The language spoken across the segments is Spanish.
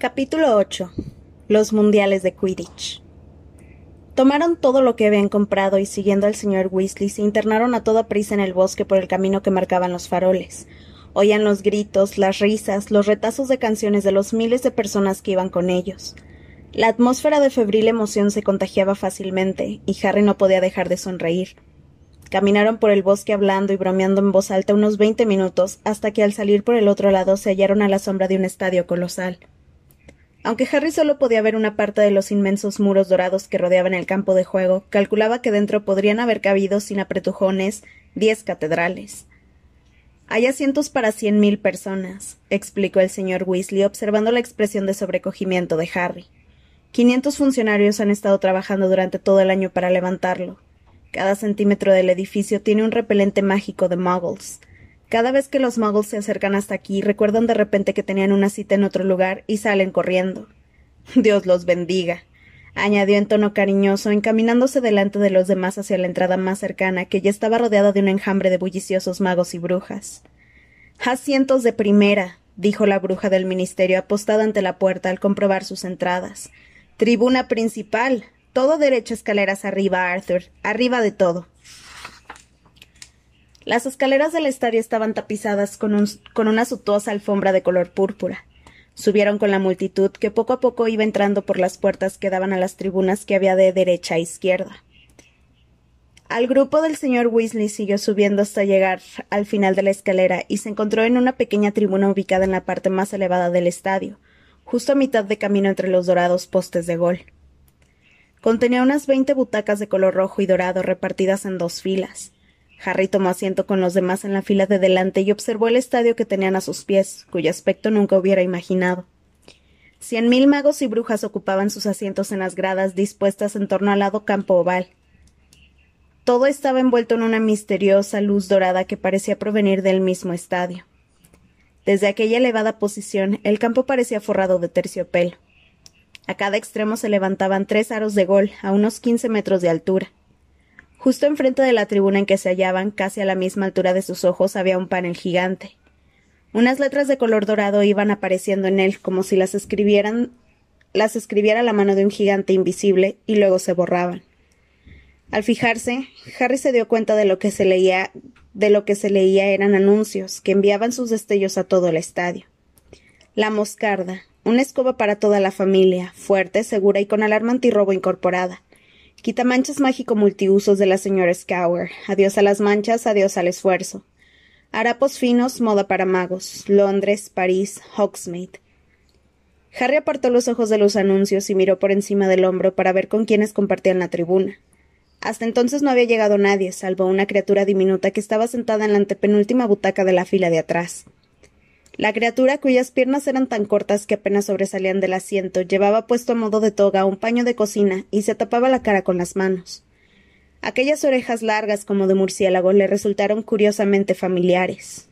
Capítulo 8. Los mundiales de Quidditch. Tomaron todo lo que habían comprado y, siguiendo al señor Weasley, se internaron a toda prisa en el bosque por el camino que marcaban los faroles. Oían los gritos, las risas, los retazos de canciones de los miles de personas que iban con ellos. La atmósfera de febril emoción se contagiaba fácilmente, y Harry no podía dejar de sonreír. Caminaron por el bosque hablando y bromeando en voz alta unos 20 minutos, hasta que al salir por el otro lado se hallaron a la sombra de un estadio colosal. Aunque Harry solo podía ver una parte de los inmensos muros dorados que rodeaban el campo de juego, calculaba que dentro podrían haber cabido, sin apretujones, 10 catedrales. Hay asientos para 100.000 personas, explicó el señor Weasley, observando la expresión de sobrecogimiento de Harry. 500 funcionarios han estado trabajando durante todo el año para levantarlo. Cada centímetro del edificio tiene un repelente mágico de muggles. Cada vez que los muggles se acercan hasta aquí, recuerdan de repente que tenían una cita en otro lugar y salen corriendo. Dios los bendiga, añadió en tono cariñoso, encaminándose delante de los demás hacia la entrada más cercana, que ya estaba rodeada de un enjambre de bulliciosos magos y brujas. Asientos de primera, dijo la bruja del ministerio, apostada ante la puerta al comprobar sus entradas. Tribuna principal. Todo derecho, escaleras arriba, Arthur. Arriba de todo. Las escaleras del estadio estaban tapizadas con una suntuosa alfombra de color púrpura. Subieron con la multitud, que poco a poco iba entrando por las puertas que daban a las tribunas que había de derecha a izquierda. Al grupo del señor Weasley siguió subiendo hasta llegar al final de la escalera y se encontró en una pequeña tribuna ubicada en la parte más elevada del estadio, justo a mitad de camino entre los dorados postes de gol. Contenía unas 20 butacas de color rojo y dorado repartidas en 2 filas. Harry tomó asiento con los demás en la fila de delante y observó el estadio que tenían a sus pies, cuyo aspecto nunca hubiera imaginado. 100.000 magos y brujas ocupaban sus asientos en las gradas dispuestas en torno al lado campo oval. Todo estaba envuelto en una misteriosa luz dorada que parecía provenir del mismo estadio. Desde aquella elevada posición, el campo parecía forrado de terciopelo. A cada extremo se levantaban 3 aros de gol, a unos 15 metros de altura. Justo enfrente de la tribuna en que se hallaban, casi a la misma altura de sus ojos, había un panel gigante. Unas letras de color dorado iban apareciendo en él, como si las escribiera la mano de un gigante invisible, y luego se borraban. Al fijarse, Harry se dio cuenta de lo que se leía eran anuncios, que enviaban sus destellos a todo el estadio. La moscarda, una escoba para toda la familia, fuerte, segura y con alarma antirrobo incorporada. Quitamanchas mágico multiusos de la señora Scour. Adiós a las manchas, adiós al esfuerzo. Harapos finos, moda para magos. Londres, París, Hogsmeade. Harry apartó los ojos de los anuncios y miró por encima del hombro para ver con quiénes compartían la tribuna. Hasta entonces no había llegado nadie, salvo una criatura diminuta que estaba sentada en la antepenúltima butaca de la fila de atrás. La criatura, cuyas piernas eran tan cortas que apenas sobresalían del asiento, llevaba puesto a modo de toga un paño de cocina y se tapaba la cara con las manos. Aquellas orejas largas como de murciélago le resultaron curiosamente familiares.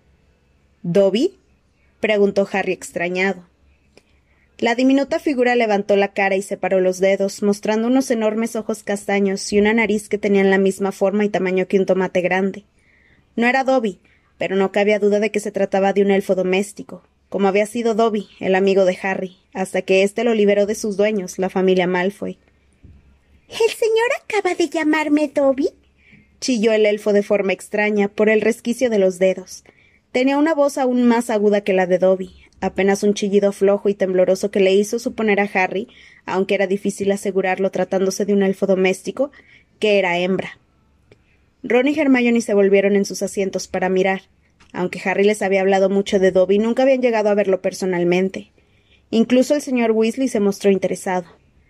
¿Dobby? Preguntó Harry extrañado. La diminuta figura levantó la cara y separó los dedos, mostrando unos enormes ojos castaños y una nariz que tenían la misma forma y tamaño que un tomate grande. No era Dobby, pero no cabía duda de que se trataba de un elfo doméstico, como había sido Dobby, el amigo de Harry, hasta que éste lo liberó de sus dueños, la familia Malfoy. ¿El señor acaba de llamarme Dobby? Chilló el elfo de forma extraña, por el resquicio de los dedos. Tenía una voz aún más aguda que la de Dobby, apenas un chillido flojo y tembloroso que le hizo suponer a Harry, aunque era difícil asegurarlo tratándose de un elfo doméstico, que era hembra. Ron y Hermione se volvieron en sus asientos para mirar. Aunque Harry les había hablado mucho de Dobby, nunca habían llegado a verlo personalmente. Incluso el señor Weasley se mostró interesado.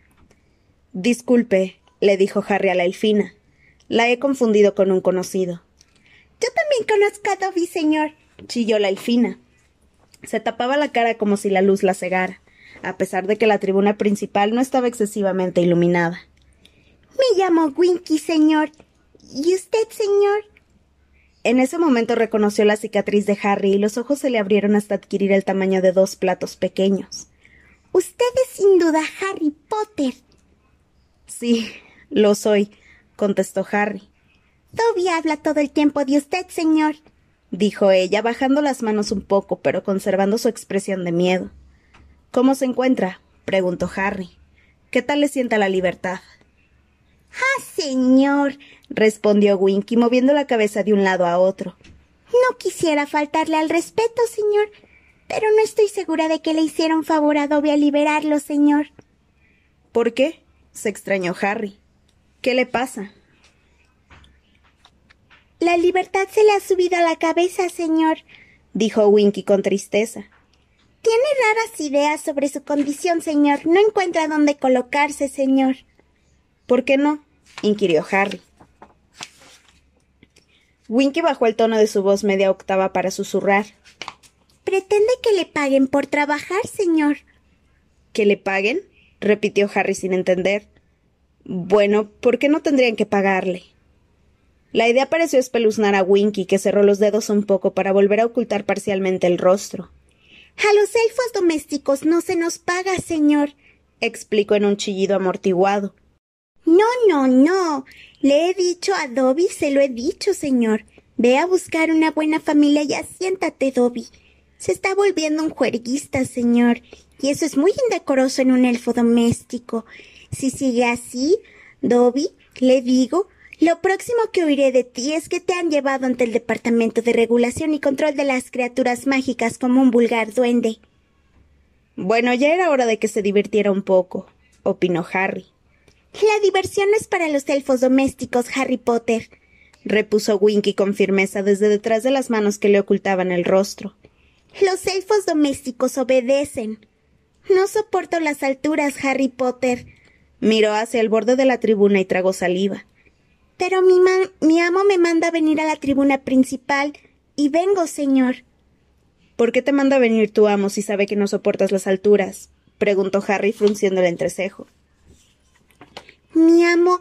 «Disculpe», le dijo Harry a la elfina. «La he confundido con un conocido». «Yo también conozco a Dobby, señor», chilló la elfina. Se tapaba la cara como si la luz la cegara, a pesar de que la tribuna principal no estaba excesivamente iluminada. «Me llamo Winky, señor. ¿Y usted, señor?» En ese momento reconoció la cicatriz de Harry y los ojos se le abrieron hasta adquirir el tamaño de 2 platos pequeños. «Usted es sin duda Harry Potter». «Sí, lo soy», contestó Harry. «Dobby habla todo el tiempo de usted, señor», dijo ella, bajando las manos un poco, pero conservando su expresión de miedo. ¿Cómo se encuentra?, preguntó Harry. ¿Qué tal le sienta la libertad? Ah, señor, respondió Winky, moviendo la cabeza de un lado a otro. No quisiera faltarle al respeto, señor, pero no estoy segura de que le hiciera un favor a Dobby al liberarlo, señor. ¿Por qué?, se extrañó Harry. ¿Qué le pasa? La libertad se le ha subido a la cabeza, señor, dijo Winky con tristeza. Tiene raras ideas sobre su condición, señor. No encuentra dónde colocarse, señor. ¿Por qué no?, inquirió Harry. Winky bajó el tono de su voz media octava para susurrar. Pretende que le paguen por trabajar, señor. ¿Que le paguen?, repitió Harry sin entender. Bueno, ¿por qué no tendrían que pagarle? La idea pareció espeluznar a Winky, que cerró los dedos un poco para volver a ocultar parcialmente el rostro. A los elfos domésticos no se nos paga, señor, explicó en un chillido amortiguado. No. Le he dicho a Dobby, se lo he dicho, señor. Ve a buscar una buena familia y asiéntate, Dobby. Se está volviendo un juerguista, señor, y eso es muy indecoroso en un elfo doméstico. Si sigue así, Dobby, le digo, lo próximo que oiré de ti es que te han llevado ante el Departamento de Regulación y Control de las Criaturas Mágicas como un vulgar duende. Bueno, ya era hora de que se divirtiera un poco, opinó Harry. La diversión no es para los elfos domésticos, Harry Potter, repuso Winky con firmeza desde detrás de las manos que le ocultaban el rostro. Los elfos domésticos obedecen. No soporto las alturas, Harry Potter. Miró hacia el borde de la tribuna y tragó saliva. Pero mi amo me manda venir a la tribuna principal, y vengo, señor. ¿Por qué te manda venir tu amo si sabe que no soportas las alturas?, preguntó Harry frunciendo el entrecejo. Mi amo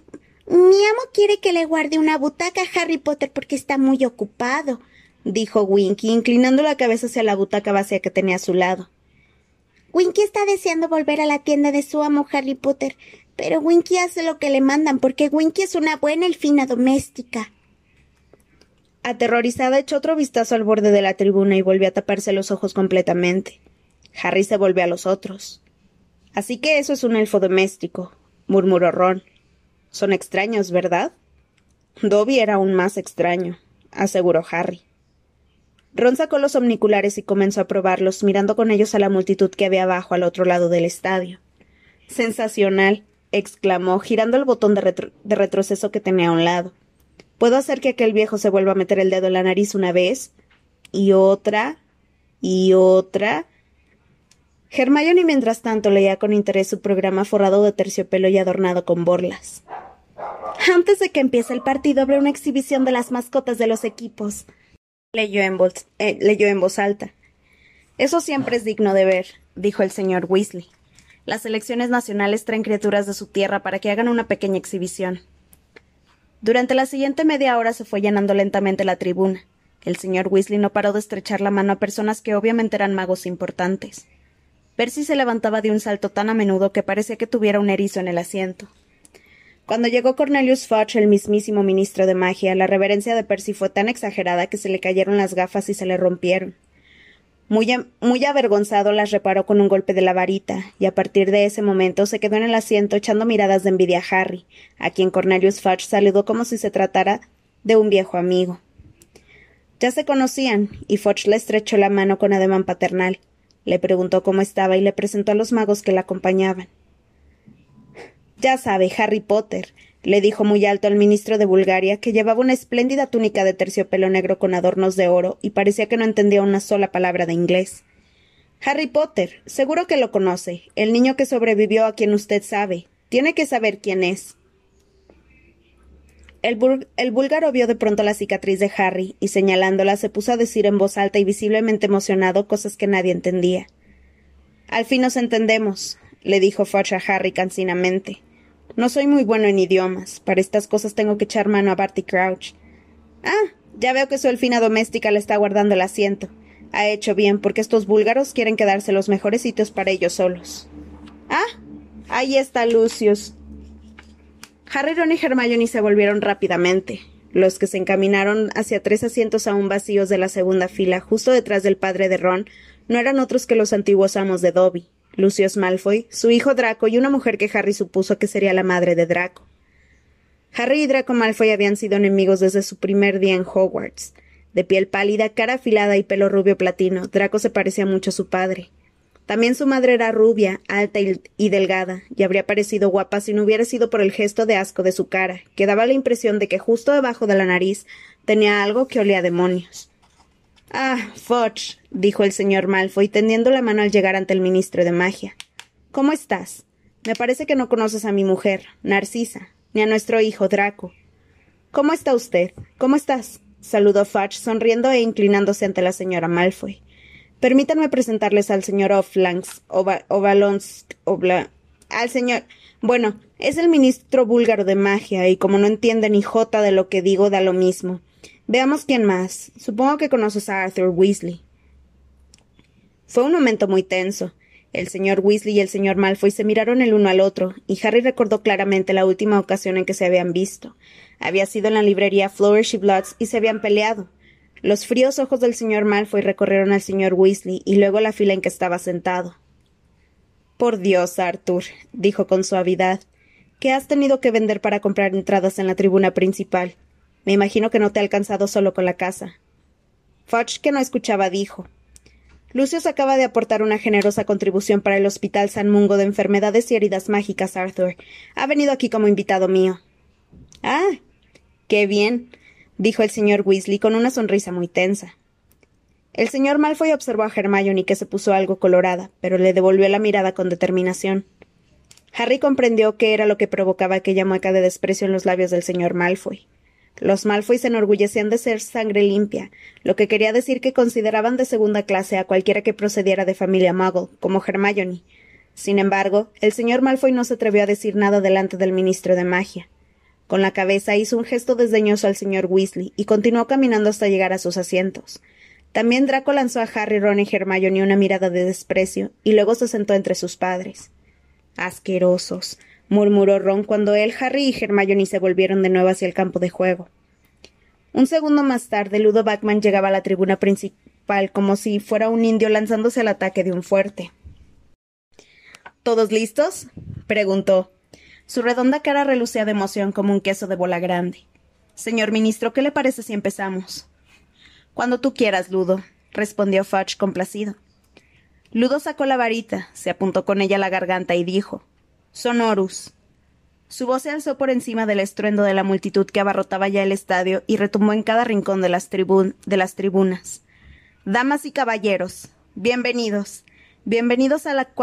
quiere que le guarde una butaca a Harry Potter porque está muy ocupado, dijo Winky, inclinando la cabeza hacia la butaca vacía que tenía a su lado. Winky está deseando volver a la tienda de su amo, Harry Potter, pero Winky hace lo que le mandan porque Winky es una buena elfina doméstica. Aterrorizada, echó otro vistazo al borde de la tribuna y volvió a taparse los ojos completamente. Harry se volvió a los otros. Así que eso es un elfo doméstico, murmuró Ron. Son extraños, ¿verdad? Dobby era aún más extraño, aseguró Harry. Ron sacó los omniculares y comenzó a probarlos, mirando con ellos a la multitud que había abajo al otro lado del estadio. «Sensacional», exclamó, girando el botón de retroceso que tenía a un lado. «¿Puedo hacer que aquel viejo se vuelva a meter el dedo en la nariz una vez? Y otra. Y otra». Hermione, mientras tanto, leía con interés su programa forrado de terciopelo y adornado con borlas. «Antes de que empiece el partido habrá una exhibición de las mascotas de los equipos», leyó en voz alta. «Eso siempre es digno de ver», dijo el señor Weasley. «Las selecciones nacionales traen criaturas de su tierra para que hagan una pequeña exhibición». Durante la siguiente media hora se fue llenando lentamente la tribuna. El señor Weasley no paró de estrechar la mano a personas que obviamente eran magos importantes. Percy se levantaba de un salto tan a menudo que parecía que tuviera un erizo en el asiento. Cuando llegó Cornelius Fudge, el mismísimo ministro de magia, la reverencia de Percy fue tan exagerada que se le cayeron las gafas y se le rompieron. Muy avergonzado las reparó con un golpe de la varita, y a partir de ese momento se quedó en el asiento echando miradas de envidia a Harry, a quien Cornelius Fudge saludó como si se tratara de un viejo amigo. Ya se conocían, y Fudge le estrechó la mano con ademán paternal. Le preguntó cómo estaba y le presentó a los magos que la acompañaban. «Ya sabe, Harry Potter», le dijo muy alto al ministro de Bulgaria, que llevaba una espléndida túnica de terciopelo negro con adornos de oro y parecía que no entendía una sola palabra de inglés. «Harry Potter, seguro que lo conoce, el niño que sobrevivió a quien usted sabe. Tiene que saber quién es». El búlgaro vio de pronto la cicatriz de Harry y, señalándola, se puso a decir en voz alta y visiblemente emocionado cosas que nadie entendía. «Al fin nos entendemos», le dijo Fudge a Harry cansinamente. «No soy muy bueno en idiomas. Para estas cosas tengo que echar mano a Barty Crouch». «Ah, ya veo que su elfina doméstica le está guardando el asiento. Ha hecho bien, porque estos búlgaros quieren quedarse los mejores sitios para ellos solos». «Ah, ahí está Lucius». Harry, Ron y Hermione se volvieron rápidamente. Los que se encaminaron hacia 3 asientos aún vacíos de la segunda fila, justo detrás del padre de Ron, no eran otros que los antiguos amos de Dobby, Lucius Malfoy, su hijo Draco y una mujer que Harry supuso que sería la madre de Draco. Harry y Draco Malfoy habían sido enemigos desde su primer día en Hogwarts. De piel pálida, cara afilada y pelo rubio platino, Draco se parecía mucho a su padre. También su madre era rubia, alta y delgada, y habría parecido guapa si no hubiera sido por el gesto de asco de su cara, que daba la impresión de que justo debajo de la nariz tenía algo que olía a demonios. «Ah, Fudge», dijo el señor Malfoy, tendiendo la mano al llegar ante el ministro de magia. «¿Cómo estás? Me parece que no conoces a mi mujer, Narcisa, ni a nuestro hijo Draco». «¿Cómo está usted? ¿Cómo estás?», saludó Fudge, sonriendo e inclinándose ante la señora Malfoy. «Permítanme presentarles al señor al señor... Bueno, es el ministro búlgaro de magia, y como no entiende ni jota de lo que digo, da lo mismo. Veamos quién más. Supongo que conoces a Arthur Weasley». Fue un momento muy tenso. El señor Weasley y el señor Malfoy se miraron el uno al otro, y Harry recordó claramente la última ocasión en que se habían visto. Había sido en la librería Flourish y Bloods y se habían peleado. Los fríos ojos del señor Malfoy recorrieron al señor Weasley y luego la fila en que estaba sentado. «Por Dios, Arthur», dijo con suavidad, «¿qué has tenido que vender para comprar entradas en la tribuna principal? Me imagino que no te ha alcanzado solo con la casa». Fudge, que no escuchaba, dijo: «Lucius acaba de aportar una generosa contribución para el Hospital San Mungo de Enfermedades y Heridas Mágicas, Arthur. Ha venido aquí como invitado mío». «Ah, qué bien», dijo el señor Weasley con una sonrisa muy tensa. El señor Malfoy observó a Hermione, que se puso algo colorada, pero le devolvió la mirada con determinación. Harry comprendió qué era lo que provocaba aquella mueca de desprecio en los labios del señor Malfoy. Los Malfoy se enorgullecían de ser sangre limpia, lo que quería decir que consideraban de segunda clase a cualquiera que procediera de familia Muggle, como Hermione. Sin embargo, el señor Malfoy no se atrevió a decir nada delante del ministro de magia. Con la cabeza hizo un gesto desdeñoso al señor Weasley y continuó caminando hasta llegar a sus asientos. También Draco lanzó a Harry, Ron y Hermione una mirada de desprecio y luego se sentó entre sus padres. «Asquerosos», murmuró Ron cuando él, Harry y Hermione se volvieron de nuevo hacia el campo de juego. Un segundo más tarde, Ludo Bagman llegaba a la tribuna principal como si fuera un indio lanzándose al ataque de un fuerte. «¿Todos listos?», preguntó. Su redonda cara relucía de emoción como un queso de bola grande. «Señor ministro, ¿qué le parece si empezamos?» «Cuando tú quieras, Ludo», respondió Fudge complacido. Ludo sacó la varita, se apuntó con ella a la garganta y dijo: «Sonorus». Su voz se alzó por encima del estruendo de la multitud que abarrotaba ya el estadio y retumbó en cada rincón de las tribunas. «Damas y caballeros, bienvenidos. Bienvenidos a la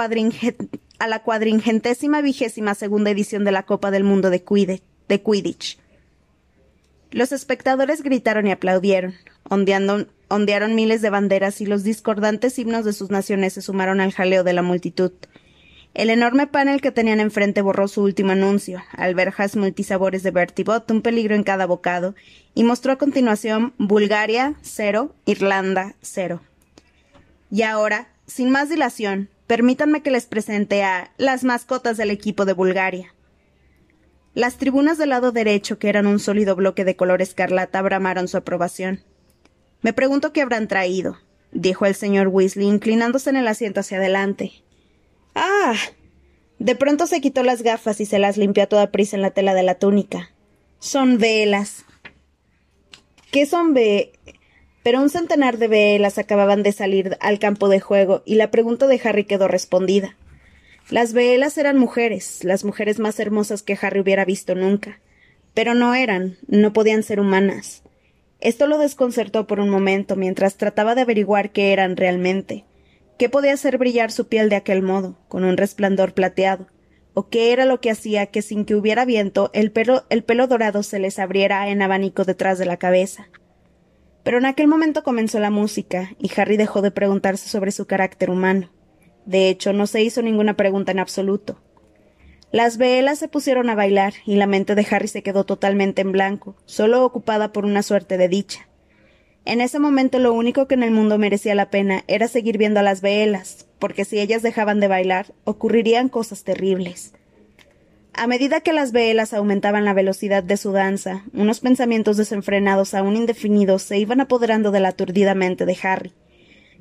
452ª edición de la Copa del Mundo de Quidditch». Los espectadores gritaron y aplaudieron, ondearon miles de banderas y los discordantes himnos de sus naciones se sumaron al jaleo de la multitud. El enorme panel que tenían enfrente borró su último anuncio, alberjas multisabores de Bertie Bott, un peligro en cada bocado, y mostró a continuación Bulgaria 0, Irlanda 0. Y ahora, sin más dilación, permítanme que les presente a las mascotas del equipo de Bulgaria. Las tribunas del lado derecho, que eran un sólido bloque de color escarlata, bramaron su aprobación. «Me pregunto qué habrán traído», dijo el señor Weasley, inclinándose en el asiento hacia adelante. «¡Ah!». De pronto se quitó las gafas y se las limpió a toda prisa en la tela de la túnica. «Son velas». «¿Qué son Pero un centenar de velas acababan de salir al campo de juego y la pregunta de Harry quedó respondida. Las velas eran mujeres, las mujeres más hermosas que Harry hubiera visto nunca. Pero no podían ser humanas. Esto lo desconcertó por un momento mientras trataba de averiguar qué eran realmente. ¿Qué podía hacer brillar su piel de aquel modo, con un resplandor plateado? ¿O qué era lo que hacía que sin que hubiera viento el pelo dorado se les abriera en abanico detrás de la cabeza? Pero en aquel momento comenzó la música, y Harry dejó de preguntarse sobre su carácter humano. De hecho, no se hizo ninguna pregunta en absoluto. Las velas se pusieron a bailar, y la mente de Harry se quedó totalmente en blanco, solo ocupada por una suerte de dicha. En ese momento lo único que en el mundo merecía la pena era seguir viendo a las velas, porque si ellas dejaban de bailar, ocurrirían cosas terribles. A medida que las velas aumentaban la velocidad de su danza, unos pensamientos desenfrenados aún indefinidos se iban apoderando de la aturdida mente de Harry.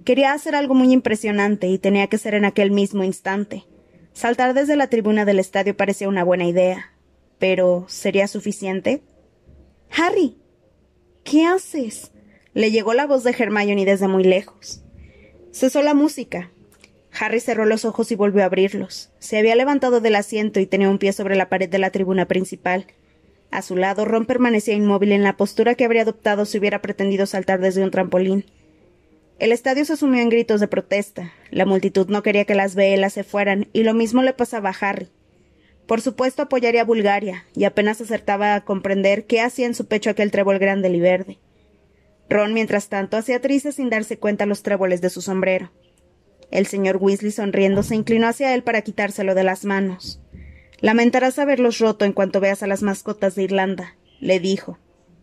Quería hacer algo muy impresionante y tenía que ser en aquel mismo instante. Saltar desde la tribuna del estadio parecía una buena idea. Pero, ¿sería suficiente? —¡Harry! ¿Qué haces? Le llegó la voz de Hermione desde muy lejos. Cesó la música. Harry cerró los ojos y volvió a abrirlos. Se había levantado del asiento y tenía un pie sobre la pared de la tribuna principal. A su lado, Ron permanecía inmóvil en la postura que habría adoptado si hubiera pretendido saltar desde un trampolín. El estadio se sumió en gritos de protesta. La multitud no quería que las velas se fueran, y lo mismo le pasaba a Harry. Por supuesto apoyaría a Bulgaria, y apenas acertaba a comprender qué hacía en su pecho aquel trébol grande y verde. Ron, mientras tanto, hacía trizas sin darse cuenta los tréboles de su sombrero. El señor Weasley, sonriendo, se inclinó hacia él para quitárselo de las manos. «Lamentarás haberlos roto en cuanto veas a las mascotas de Irlanda», le dijo.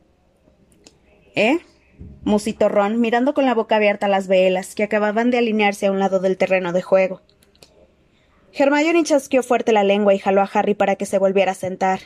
«¿Eh?», musitó Ron, mirando con la boca abierta las velas, que acababan de alinearse a un lado del terreno de juego. Hermione chasqueó fuerte la lengua y jaló a Harry para que se volviera a sentar.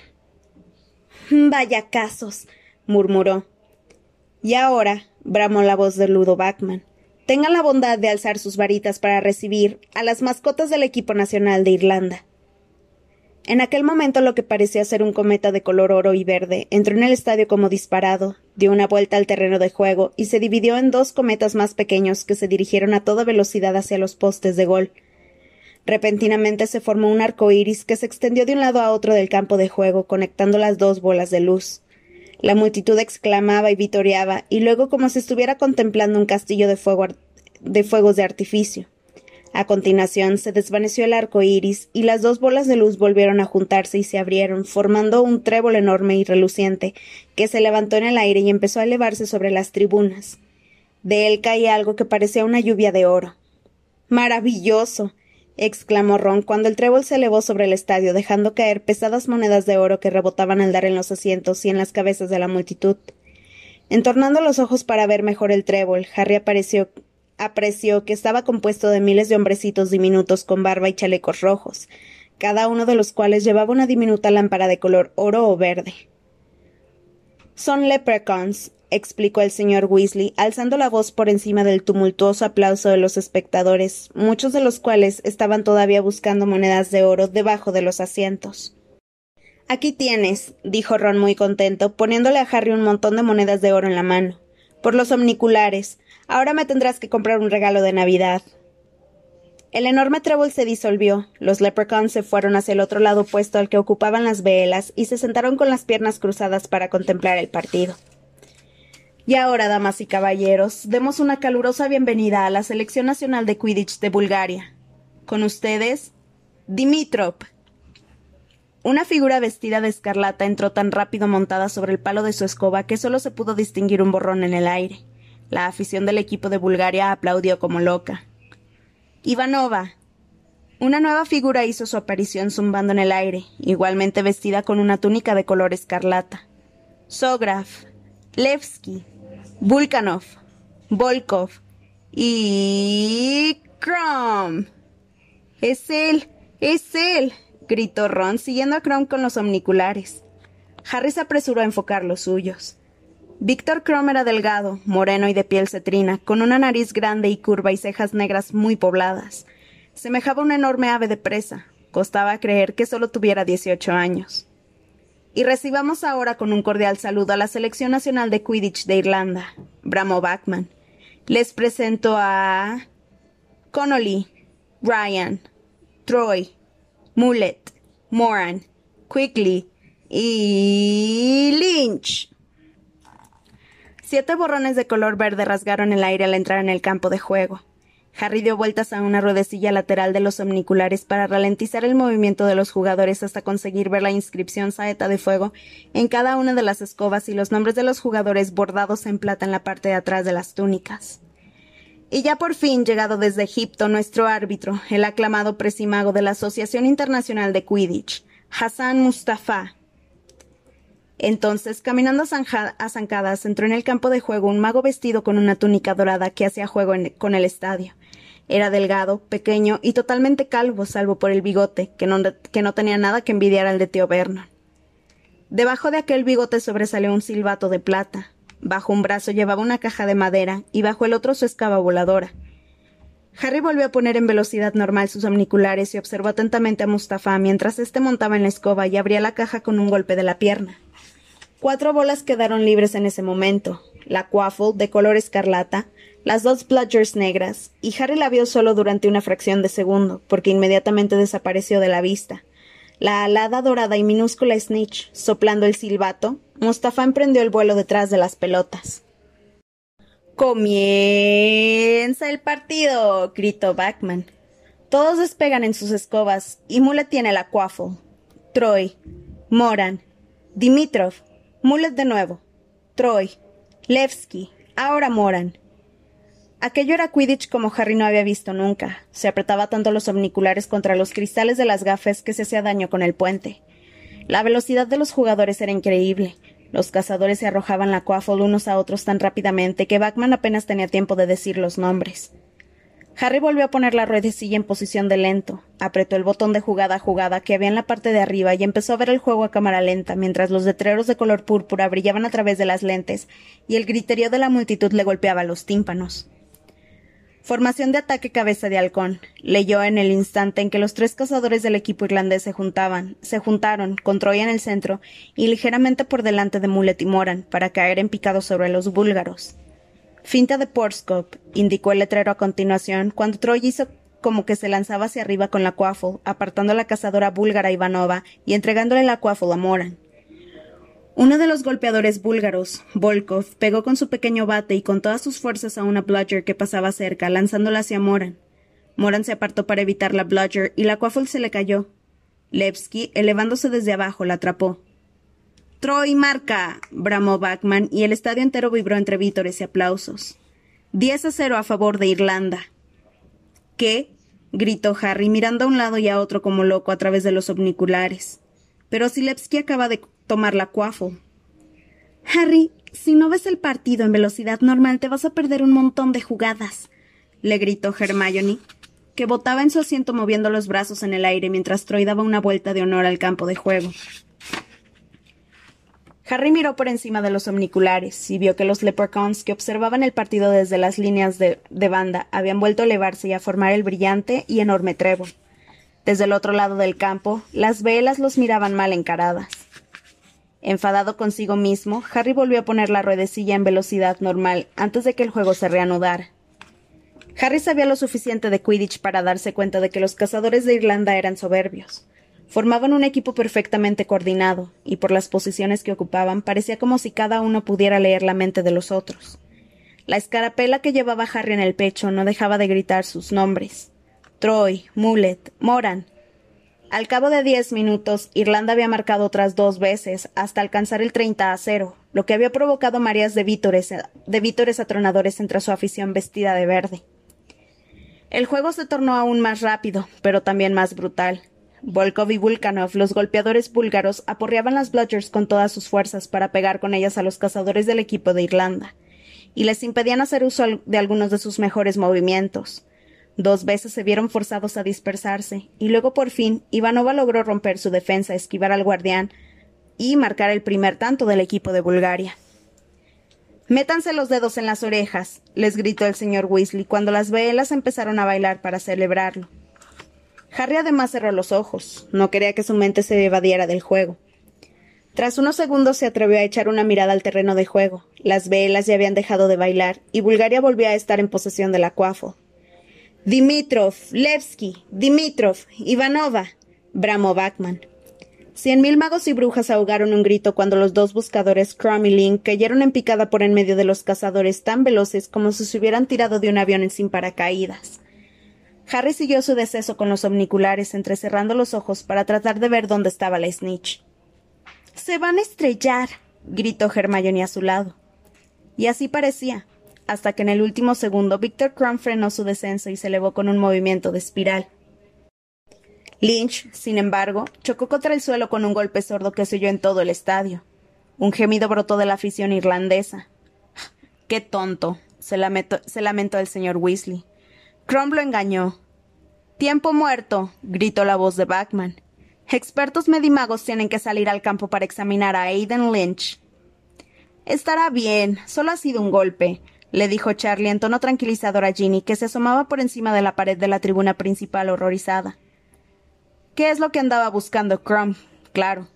«Vaya casos», murmuró. «Y ahora», bramó la voz de Ludo Bagman, «tengan la bondad de alzar sus varitas para recibir a las mascotas del equipo nacional de Irlanda». En aquel momento lo que parecía ser un cometa de color oro y verde entró en el estadio como disparado, dio una vuelta al terreno de juego y se dividió en dos cometas más pequeños que se dirigieron a toda velocidad hacia los postes de gol. Repentinamente se formó un arco iris que se extendió de un lado a otro del campo de juego, conectando las dos bolas de luz. La multitud exclamaba y vitoreaba, y luego como si estuviera contemplando un castillo de fuegos de artificio. A continuación se desvaneció el arco iris y las dos bolas de luz volvieron a juntarse y se abrieron, formando un trébol enorme y reluciente, que se levantó en el aire y empezó a elevarse sobre las tribunas. De él caía algo que parecía una lluvia de oro. ¡Maravilloso!, exclamó Ron cuando el trébol se elevó sobre el estadio, dejando caer pesadas monedas de oro que rebotaban al dar en los asientos y en las cabezas de la multitud. Entornando los ojos para ver mejor el trébol, Harry apreció que estaba compuesto de miles de hombrecitos diminutos con barba y chalecos rojos, cada uno de los cuales llevaba una diminuta lámpara de color oro o verde. «Son leprechauns», explicó el señor Weasley, alzando la voz por encima del tumultuoso aplauso de los espectadores, muchos de los cuales estaban todavía buscando monedas de oro debajo de los asientos. «Aquí tienes», dijo Ron muy contento, poniéndole a Harry un montón de monedas de oro en la mano. «Por los omniculares. Ahora me tendrás que comprar un regalo de Navidad». El enorme trébol se disolvió, los leprechauns se fueron hacia el otro lado opuesto al que ocupaban las velas y se sentaron con las piernas cruzadas para contemplar el partido. Y ahora, damas y caballeros, demos una calurosa bienvenida a la Selección Nacional de Quidditch de Bulgaria. Con ustedes, Dimitrov. Una figura vestida de escarlata entró tan rápido montada sobre el palo de su escoba que solo se pudo distinguir un borrón en el aire. La afición del equipo de Bulgaria aplaudió como loca. Ivanova. Una nueva figura hizo su aparición zumbando en el aire, igualmente vestida con una túnica de color escarlata. Sograf. Levski. Vulkanov. Volkov. Y... Krum. ¡Es él! ¡Es él!, gritó Ron, siguiendo a Krum con los omniculares. Harry se apresuró a enfocar los suyos. Víctor Krum era delgado, moreno y de piel cetrina, con una nariz grande y curva y cejas negras muy pobladas. Semejaba una enorme ave de presa. Costaba creer que solo tuviera 18 años. Y recibamos ahora con un cordial saludo a la Selección Nacional de Quidditch de Irlanda, bramó Bagman. Les presento a... Connolly, Ryan, Troy, Mullet, Moran, Quigley y... Lynch. 7 borrones de color verde rasgaron el aire al entrar en el campo de juego. Harry dio vueltas a una ruedecilla lateral de los omniculares para ralentizar el movimiento de los jugadores hasta conseguir ver la inscripción Saeta de Fuego en cada una de las escobas y los nombres de los jugadores bordados en plata en la parte de atrás de las túnicas. Y ya por fin, llegado desde Egipto, nuestro árbitro, el aclamado presimago de la Asociación Internacional de Quidditch, Hassan Mustafa. Entonces, caminando a zancadas, entró en el campo de juego un mago vestido con una túnica dorada que hacía juego con el estadio. Era delgado, pequeño y totalmente calvo, salvo por el bigote, que no tenía nada que envidiar al de tío Vernon. Debajo de aquel bigote sobresalió un silbato de plata. Bajo un brazo llevaba una caja de madera y bajo el otro su escaba voladora. Harry volvió a poner en velocidad normal sus omniculares y observó atentamente a Mustafa mientras éste montaba en la escoba y abría la caja con un golpe de la pierna. 4 bolas quedaron libres en ese momento, la Quaffle de color escarlata, las 2 Bludgers negras, y Harry la vio solo durante una fracción de segundo, porque inmediatamente desapareció de la vista. La alada dorada y minúscula Snitch, soplando el silbato, Mustafa emprendió el vuelo detrás de las pelotas. ¡Comienza el partido!, gritó Bachman. Todos despegan en sus escobas, y Mullet tiene la Quaffle. Troy, Moran, Dimitrov, Mullet de nuevo, Troy, Levski, ahora Moran. Aquello era Quidditch como Harry no había visto nunca. Se apretaba tanto los omniculares contra los cristales de las gafas que se hacía daño con el puente. La velocidad de los jugadores era increíble. Los cazadores se arrojaban la Quaffle unos a otros tan rápidamente que Bachman apenas tenía tiempo de decir los nombres. Harry volvió a poner la ruedecilla en posición de lento, apretó el botón de jugada a jugada que había en la parte de arriba y empezó a ver el juego a cámara lenta mientras los letreros de color púrpura brillaban a través de las lentes y el griterío de la multitud le golpeaba los tímpanos. Formación de ataque cabeza de halcón, leyó en el instante en que los 3 cazadores del equipo irlandés se juntaron, con Troy en el centro y ligeramente por delante de Mullet y Moran, para caer en picado sobre los búlgaros. Finta de Portscop, indicó el letrero a continuación, cuando Troy hizo como que se lanzaba hacia arriba con la Quaffle, apartando a la cazadora búlgara Ivanova y entregándole la Quaffle a Moran. Uno de los golpeadores búlgaros, Volkov, pegó con su pequeño bate y con todas sus fuerzas a una bludger que pasaba cerca, lanzándola hacia Moran. Moran se apartó para evitar la bludger y la Quaffle se le cayó. Levski, elevándose desde abajo, la atrapó. «¡Troy marca!», bramó Bachman, y el estadio entero vibró entre vítores y aplausos. 10-0 a favor de Irlanda. «¿Qué?», gritó Harry, mirando a un lado y a otro como loco a través de los omniculares. Pero si Levski acaba de tomar la Quaffle. «Harry, si no ves el partido en velocidad normal te vas a perder un montón de jugadas», le gritó Hermione, que botaba en su asiento moviendo los brazos en el aire mientras Troy daba una vuelta de honor al campo de juego. Harry miró por encima de los omniculares y vio que los leprechauns que observaban el partido desde las líneas de banda habían vuelto a elevarse y a formar el brillante y enorme trébol. Desde el otro lado del campo, las velas los miraban mal encaradas. Enfadado consigo mismo, Harry volvió a poner la ruedecilla en velocidad normal antes de que el juego se reanudara. Harry sabía lo suficiente de Quidditch para darse cuenta de que los cazadores de Irlanda eran soberbios. Formaban un equipo perfectamente coordinado, y por las posiciones que ocupaban parecía como si cada uno pudiera leer la mente de los otros. La escarapela que llevaba Harry en el pecho no dejaba de gritar sus nombres. Troy, Mullet, Moran. Al cabo de 10 minutos, Irlanda había marcado otras 2 veces, hasta alcanzar el 30-0, lo que había provocado mareas de vítores atronadores entre su afición vestida de verde. El juego se tornó aún más rápido, pero también más brutal. Volkov y Vulcanov, los golpeadores búlgaros, aporreaban las bludgers con todas sus fuerzas para pegar con ellas a los cazadores del equipo de Irlanda, y les impedían hacer uso de algunos de sus mejores movimientos. 2 veces se vieron forzados a dispersarse, y luego por fin Ivanova logró romper su defensa, esquivar al guardián y marcar el primer tanto del equipo de Bulgaria. «Métanse los dedos en las orejas», les gritó el señor Weasley cuando las velas empezaron a bailar para celebrarlo. Harry además cerró los ojos. No quería que su mente se evadiera del juego. Tras unos segundos se atrevió a echar una mirada al terreno de juego. Las velas ya habían dejado de bailar y Bulgaria volvió a estar en posesión de la Quaffle. «Dimitrov, Levski, Dimitrov, Ivanova», bramó Bachman. 100.000 magos y brujas ahogaron un grito cuando los 2 buscadores Crumb y Link cayeron en picada por en medio de los cazadores tan veloces como si se hubieran tirado de un avión sin paracaídas. Harry siguió su deceso con los omniculares, entrecerrando los ojos para tratar de ver dónde estaba la Snitch. «¡Se van a estrellar!», gritó Hermione a su lado. Y así parecía, hasta que en el último segundo Victor Crumb frenó su descenso y se elevó con un movimiento de espiral. Lynch, sin embargo, chocó contra el suelo con un golpe sordo que se oyó en todo el estadio. Un gemido brotó de la afición irlandesa. «¡Qué tonto!», se lamentó el señor Weasley. Crumb lo engañó. «¡Tiempo muerto!», gritó la voz de Bachman. «Expertos medimagos tienen que salir al campo para examinar a Aiden Lynch». «Estará bien, solo ha sido un golpe. le dijo Charlie en tono tranquilizador a Ginny, que se asomaba por encima de la pared de la tribuna principal horrorizada. ¿Qué es lo que andaba buscando Crumb? Claro.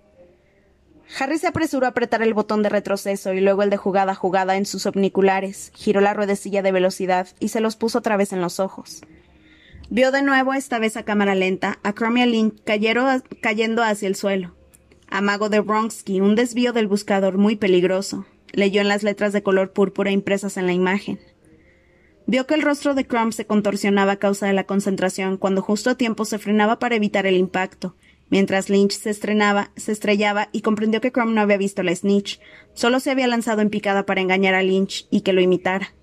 Harry se apresuró a apretar el botón de retroceso y luego el de jugada a jugada en sus auriculares, giró la ruedecilla de velocidad y se los puso otra vez en los ojos. Vio de nuevo, esta vez a cámara lenta, a Crumb y a Lynch cayendo hacia el suelo. Amago de Wronski, un desvío del buscador muy peligroso, leyó en las letras de color púrpura impresas en la imagen. Vio que el rostro de Crumb se contorsionaba a causa de la concentración cuando justo a tiempo se frenaba para evitar el impacto, mientras Lynch se estrellaba y comprendió que Crumb no había visto la snitch, solo se había lanzado en picada para engañar a Lynch y que lo imitara.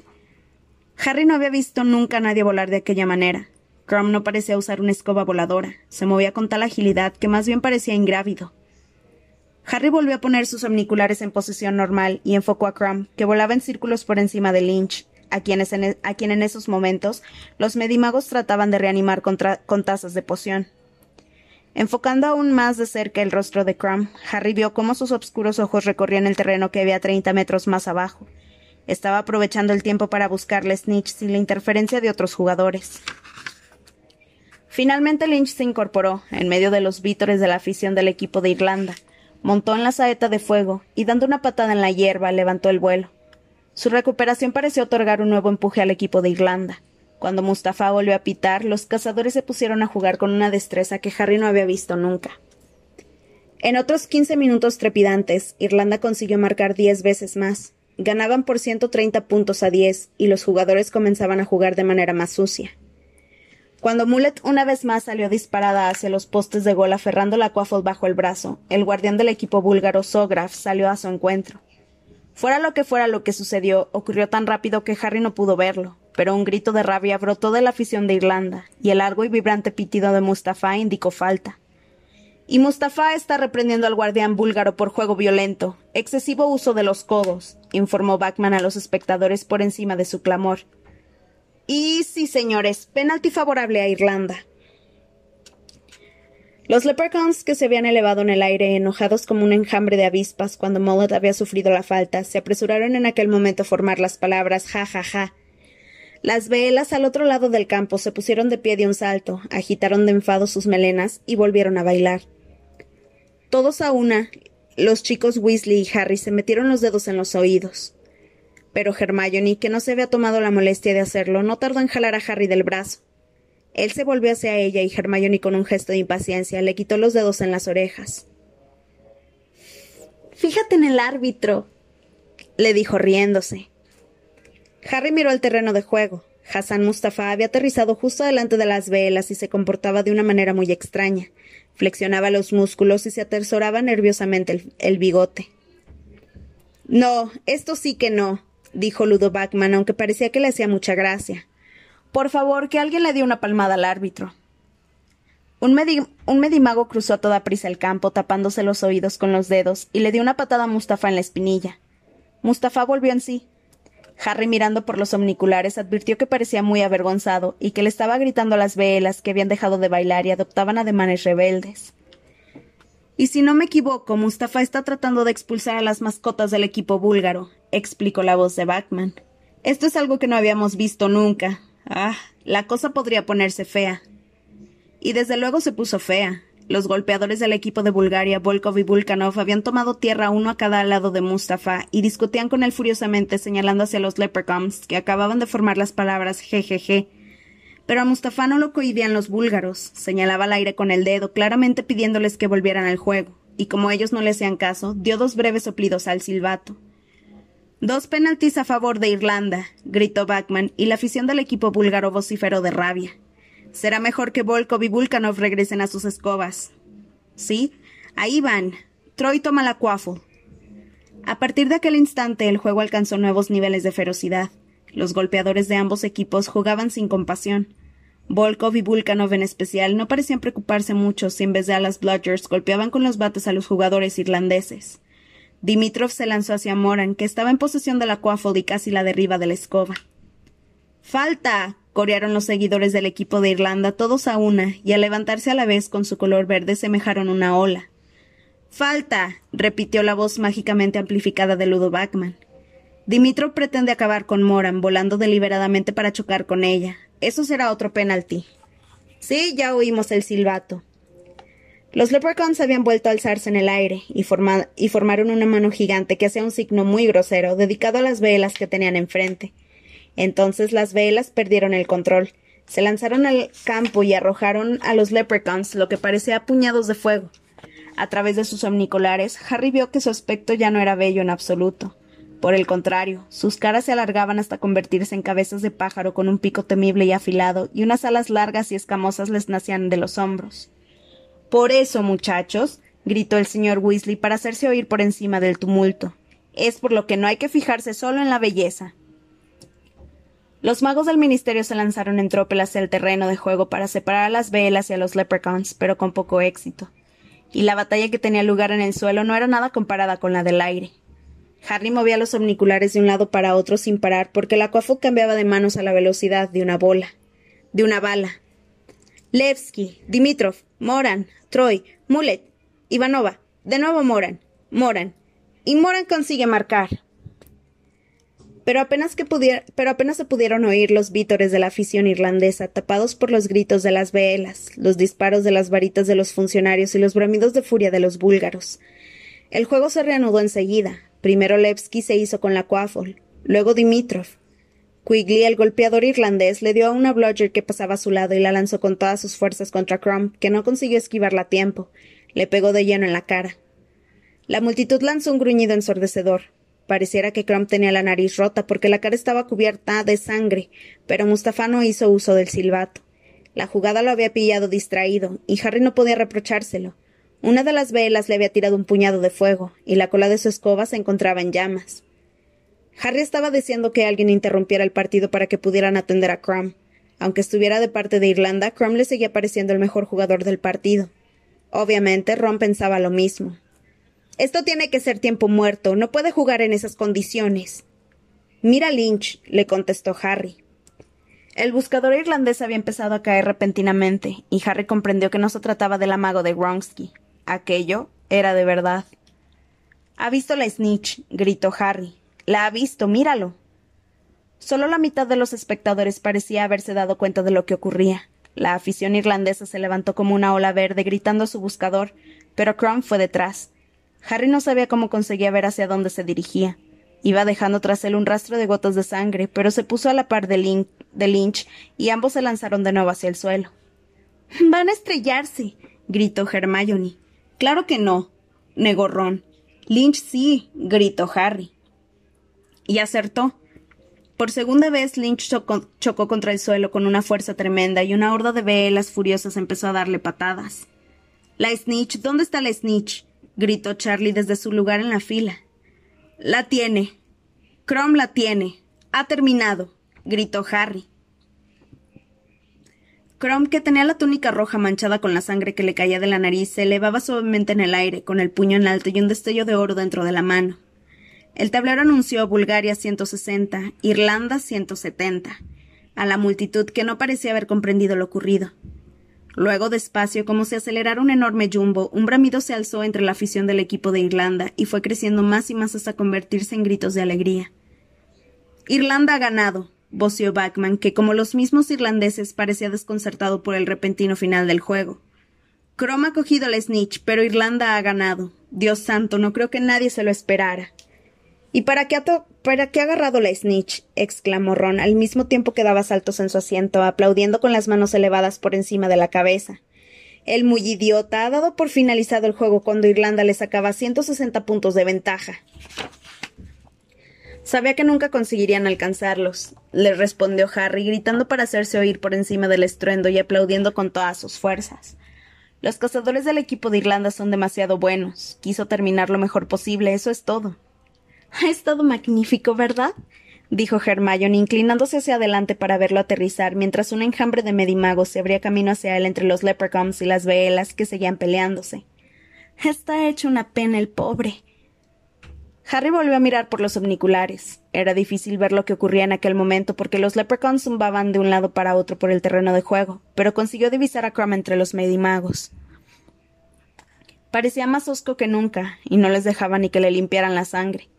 Harry no había visto nunca a nadie volar de aquella manera. Crumb no parecía usar una escoba voladora, se movía con tal agilidad que más bien parecía ingrávido. Harry volvió a poner sus omniculares en posición normal y enfocó a Crumb, que volaba en círculos por encima de Lynch, a quien en esos momentos los medimagos trataban de reanimar con tazas de poción. Enfocando aún más de cerca el rostro de Crumb, Harry vio cómo sus oscuros ojos recorrían el terreno que había 30 metros más abajo. Estaba aprovechando el tiempo para buscar la snitch sin la interferencia de otros jugadores. Finalmente Lynch se incorporó, en medio de los vítores de la afición del equipo de Irlanda, montó en la saeta de fuego y, dando una patada en la hierba, levantó el vuelo. Su recuperación pareció otorgar un nuevo empuje al equipo de Irlanda. Cuando Mustafá volvió a pitar, los cazadores se pusieron a jugar con una destreza que Harry no había visto nunca. En otros 15 minutos trepidantes, Irlanda consiguió marcar 10 veces más. Ganaban por 130 puntos a 10 y los jugadores comenzaban a jugar de manera más sucia. Cuando Mullet una vez más salió disparada hacia los postes de gol aferrando la quaffle bajo el brazo, el guardián del equipo búlgaro Sograf salió a su encuentro. Fuera lo que sucedió, ocurrió tan rápido que Harry no pudo verlo, pero un grito de rabia brotó de la afición de Irlanda, y el largo y vibrante pitido de Mustafá indicó falta. Y Mustafá está reprendiendo al guardián búlgaro por juego violento, excesivo uso de los codos, informó Bachman a los espectadores por encima de su clamor. Y sí, señores, penalti favorable a Irlanda. Los Leprechauns, que se habían elevado en el aire, enojados como un enjambre de avispas cuando Mullet había sufrido la falta, se apresuraron en aquel momento a formar las palabras ja, ja, ja. Las veelas al otro lado del campo se pusieron de pie de un salto, agitaron de enfado sus melenas y volvieron a bailar. Todos a una, los chicos Weasley y Harry se metieron los dedos en los oídos. Pero Hermione, que no se había tomado la molestia de hacerlo, no tardó en jalar a Harry del brazo. Él se volvió hacia ella y Hermione, con un gesto de impaciencia, le quitó los dedos en las orejas. «Fíjate en el árbitro», le dijo riéndose. Harry miró el terreno de juego. Hassan Mustafá había aterrizado justo delante de las velas y se comportaba de una manera muy extraña. Flexionaba los músculos y se atesoraba nerviosamente el bigote. «No, esto sí que no», dijo Ludo Bachman, aunque parecía que le hacía mucha gracia. «Por favor, que alguien le dé una palmada al árbitro». Un medimago cruzó a toda prisa el campo, tapándose los oídos con los dedos, y le dio una patada a Mustafá en la espinilla. Mustafá volvió en sí. Harry, mirando por los omniculares, advirtió que parecía muy avergonzado y que le estaba gritando a las velas que habían dejado de bailar y adoptaban ademanes rebeldes. «Y si no me equivoco, Mustafá está tratando de expulsar a las mascotas del equipo búlgaro», explicó la voz de Bachman. «Esto es algo que no habíamos visto nunca. Ah, la cosa podría ponerse fea». Y desde luego se puso fea. Los golpeadores del equipo de Bulgaria, Volkov y Vulcanov, habían tomado tierra uno a cada lado de Mustafá y discutían con él furiosamente, señalando hacia los Leprechauns, que acababan de formar las palabras jejeje. Pero a Mustafá no lo cohibían los búlgaros. Señalaba al aire con el dedo, claramente pidiéndoles que volvieran al juego, y como ellos no le hacían caso, dio 2 breves soplidos al silbato. «2 penaltis a favor de Irlanda», gritó Bachman, y la afición del equipo búlgaro vociferó de rabia. «Será mejor que Volkov y Vulcanov regresen a sus escobas». «Sí, ahí van. Troy toma la quaffle». A partir de aquel instante el juego alcanzó nuevos niveles de ferocidad. Los golpeadores de ambos equipos jugaban sin compasión. Volkov y Vulcanov en especial no parecían preocuparse mucho si en vez de a las Bludgers golpeaban con los bates a los jugadores irlandeses. Dimitrov se lanzó hacia Moran, que estaba en posesión de la quaffle y casi la derriba de la escoba. «¡Falta!», corearon los seguidores del equipo de Irlanda todos a una, y al levantarse a la vez con su color verde semejaron una ola. «¡Falta!», repitió la voz mágicamente amplificada de Ludo Bachman. Dimitrov pretende acabar con Moran, volando deliberadamente para chocar con ella. Eso será otro penalti. Sí, ya oímos el silbato. Los Leprechauns habían vuelto a alzarse en el aire y formaron una mano gigante que hacía un signo muy grosero, dedicado a las velas que tenían enfrente. Entonces las velas perdieron el control. Se lanzaron al campo y arrojaron a los Leprechauns lo que parecía puñados de fuego. A través de sus omniculares, Harry vio que su aspecto ya no era bello en absoluto. Por el contrario, sus caras se alargaban hasta convertirse en cabezas de pájaro con un pico temible y afilado, y unas alas largas y escamosas les nacían de los hombros. «Por eso, muchachos», gritó el señor Weasley para hacerse oír por encima del tumulto, «es por lo que no hay que fijarse solo en la belleza». Los magos del ministerio se lanzaron en tropel hacia el terreno de juego para separar a las velas y a los Leprechauns, pero con poco éxito. Y la batalla que tenía lugar en el suelo no era nada comparada con la del aire. Harry movía los omniculares de un lado para otro sin parar porque la Quaffle cambiaba de manos a la velocidad de una bala. Levski, Dimitrov, Moran, Troy, Mullet, Ivanova, de nuevo Moran, y Moran consigue marcar. Pero apenas se pudieron oír los vítores de la afición irlandesa, tapados por los gritos de las velas, los disparos de las varitas de los funcionarios y los bramidos de furia de los búlgaros. El juego se reanudó enseguida. Primero Levski se hizo con la Quaffle, luego Dimitrov. Quigley, el golpeador irlandés, le dio a una bludger que pasaba a su lado y la lanzó con todas sus fuerzas contra Crumb, que no consiguió esquivarla a tiempo. Le pegó de lleno en la cara. La multitud lanzó un gruñido ensordecedor. Pareciera que Crumb tenía la nariz rota porque la cara estaba cubierta de sangre, pero Mustafá no hizo uso del silbato. La jugada lo había pillado distraído, y Harry no podía reprochárselo. Una de las velas le había tirado un puñado de fuego, y la cola de su escoba se encontraba en llamas. Harry estaba deseando que alguien interrumpiera el partido para que pudieran atender a Crumb. Aunque estuviera de parte de Irlanda, Crumb le seguía pareciendo el mejor jugador del partido. Obviamente, Ron pensaba lo mismo. «Esto tiene que ser tiempo muerto. No puede jugar en esas condiciones». «Mira Lynch», le contestó Harry. El buscador irlandés había empezado a caer repentinamente, y Harry comprendió que no se trataba del amago de Wronski. Aquello era de verdad. «¿Ha visto la snitch?», gritó Harry. «La ha visto, míralo». Solo la mitad de los espectadores parecía haberse dado cuenta de lo que ocurría. La afición irlandesa se levantó como una ola verde gritando a su buscador, pero Crumb fue detrás. Harry no sabía cómo conseguía ver hacia dónde se dirigía. Iba dejando tras él un rastro de gotas de sangre, pero se puso a la par de Lynch y ambos se lanzaron de nuevo hacia el suelo. «Van a estrellarse», gritó Hermione. «Claro que no», negó Ron. «Lynch sí», gritó Harry. Y acertó. Por segunda vez Lynch chocó contra el suelo con una fuerza tremenda y una horda de velas furiosas empezó a darle patadas. «La snitch, ¿dónde está la snitch?», gritó Charlie desde su lugar en la fila. «La tiene. Crumb la tiene. Ha terminado», gritó Harry. Crumb, que tenía la túnica roja manchada con la sangre que le caía de la nariz, se elevaba suavemente en el aire, con el puño en alto y un destello de oro dentro de la mano. El tablero anunció Bulgaria 160, Irlanda 170, a la multitud que no parecía haber comprendido lo ocurrido. Luego, despacio, como si acelerara un enorme jumbo, un bramido se alzó entre la afición del equipo de Irlanda y fue creciendo más y más hasta convertirse en gritos de alegría. «Irlanda ha ganado», voció Bachman, que como los mismos irlandeses parecía desconcertado por el repentino final del juego. «Crumb ha cogido la snitch, pero Irlanda ha ganado. Dios santo, no creo que nadie se lo esperara». «¿Y para qué ha agarrado la snitch?», exclamó Ron, al mismo tiempo que daba saltos en su asiento, aplaudiendo con las manos elevadas por encima de la cabeza. «El muy idiota ha dado por finalizado el juego cuando Irlanda le sacaba 160 puntos de ventaja». «Sabía que nunca conseguirían alcanzarlos», le respondió Harry, gritando para hacerse oír por encima del estruendo y aplaudiendo con todas sus fuerzas. «Los cazadores del equipo de Irlanda son demasiado buenos. Quiso terminar lo mejor posible, eso es todo». «Ha estado magnífico, ¿verdad?», dijo Hermione, inclinándose hacia adelante para verlo aterrizar, mientras un enjambre de medimagos se abría camino hacia él entre los Leprechauns y las velas que seguían peleándose. «Está hecho una pena el pobre». Harry volvió a mirar por los omniculares. Era difícil ver lo que ocurría en aquel momento porque los Leprechauns zumbaban de un lado para otro por el terreno de juego, pero consiguió divisar a Crumb entre los medimagos. Parecía más hosco que nunca, y no les dejaba ni que le limpiaran la sangre.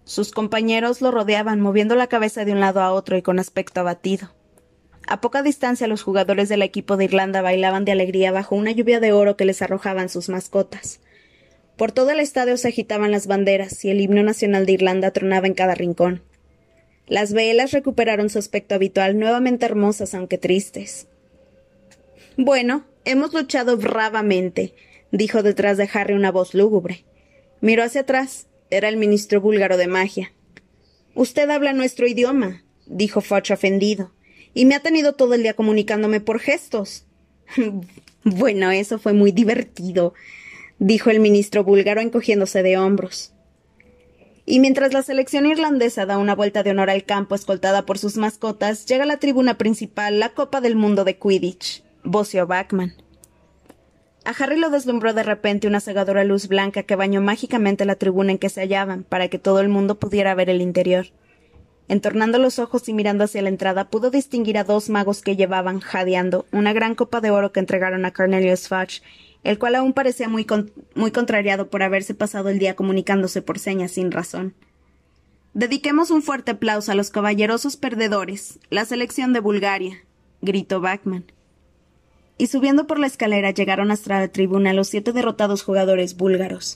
Sus compañeros lo rodeaban, moviendo la cabeza de un lado a otro y con aspecto abatido. A poca distancia los jugadores del equipo de Irlanda bailaban de alegría bajo una lluvia de oro que les arrojaban sus mascotas. Por todo el estadio se agitaban las banderas y el himno nacional de Irlanda tronaba en cada rincón. Las velas recuperaron su aspecto habitual, nuevamente hermosas aunque tristes. «Bueno, hemos luchado bravamente», dijo detrás de Harry una voz lúgubre. Miró hacia atrás. Era el ministro búlgaro de magia. «Usted habla nuestro idioma», dijo Fudge ofendido, «y me ha tenido todo el día comunicándome por gestos». «Bueno, eso fue muy divertido», dijo el ministro búlgaro encogiéndose de hombros. Y mientras la selección irlandesa da una vuelta de honor al campo escoltada por sus mascotas, llega a la tribuna principal la Copa del Mundo de Quidditch, voció Bachman. A Harry lo deslumbró de repente una cegadora luz blanca que bañó mágicamente la tribuna en que se hallaban, para que todo el mundo pudiera ver el interior. Entornando los ojos y mirando hacia la entrada, pudo distinguir a dos magos que llevaban, jadeando, una gran copa de oro que entregaron a Cornelius Fudge, el cual aún parecía muy contrariado por haberse pasado el día comunicándose por señas sin razón. «Dediquemos un fuerte aplauso a los caballerosos perdedores, la selección de Bulgaria», gritó Bachman. Y subiendo por la escalera llegaron hasta la tribuna los 7 derrotados jugadores búlgaros.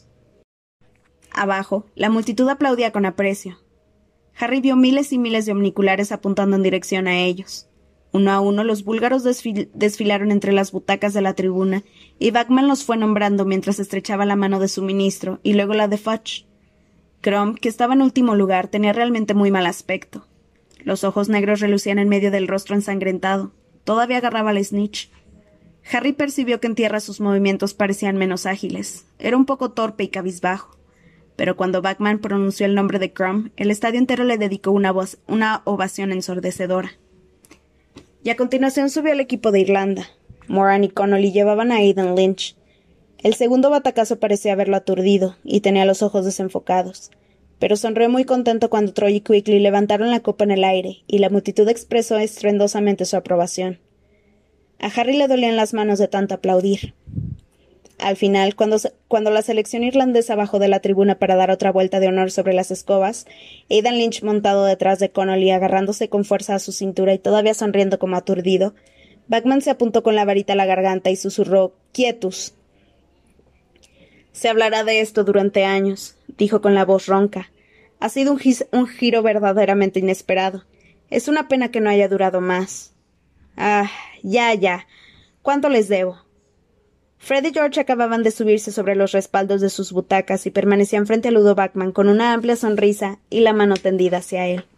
Abajo, la multitud aplaudía con aprecio. Harry vio miles y miles de omniculares apuntando en dirección a ellos. Uno a uno los búlgaros desfilaron entre las butacas de la tribuna, y Bachman los fue nombrando mientras estrechaba la mano de su ministro y luego la de Fudge. Krum, que estaba en último lugar, tenía realmente muy mal aspecto. Los ojos negros relucían en medio del rostro ensangrentado. Todavía agarraba al snitch. Harry percibió que en tierra sus movimientos parecían menos ágiles. Era un poco torpe y cabizbajo. Pero cuando Bachman pronunció el nombre de Krum, el estadio entero le dedicó una ovación ensordecedora. Y a continuación subió el equipo de Irlanda. Moran y Connolly llevaban a Aidan Lynch. El segundo batacazo parecía haberlo aturdido, y tenía los ojos desenfocados. Pero sonrió muy contento cuando Troy y Quickly levantaron la copa en el aire, y la multitud expresó estruendosamente su aprobación. A Harry le dolían las manos de tanto aplaudir. Al final, cuando la selección irlandesa bajó de la tribuna para dar otra vuelta de honor sobre las escobas, Aidan Lynch montado detrás de Connolly, agarrándose con fuerza a su cintura y todavía sonriendo como aturdido, Bachman se apuntó con la varita a la garganta y susurró «¡Quietus!». «Se hablará de esto durante años», dijo con la voz ronca. «Ha sido un giro verdaderamente inesperado. Es una pena que no haya durado más». «Ah, ya. ¿Cuánto les debo?» Fred y George acababan de subirse sobre los respaldos de sus butacas y permanecían frente a Ludo Bachman con una amplia sonrisa y la mano tendida hacia él.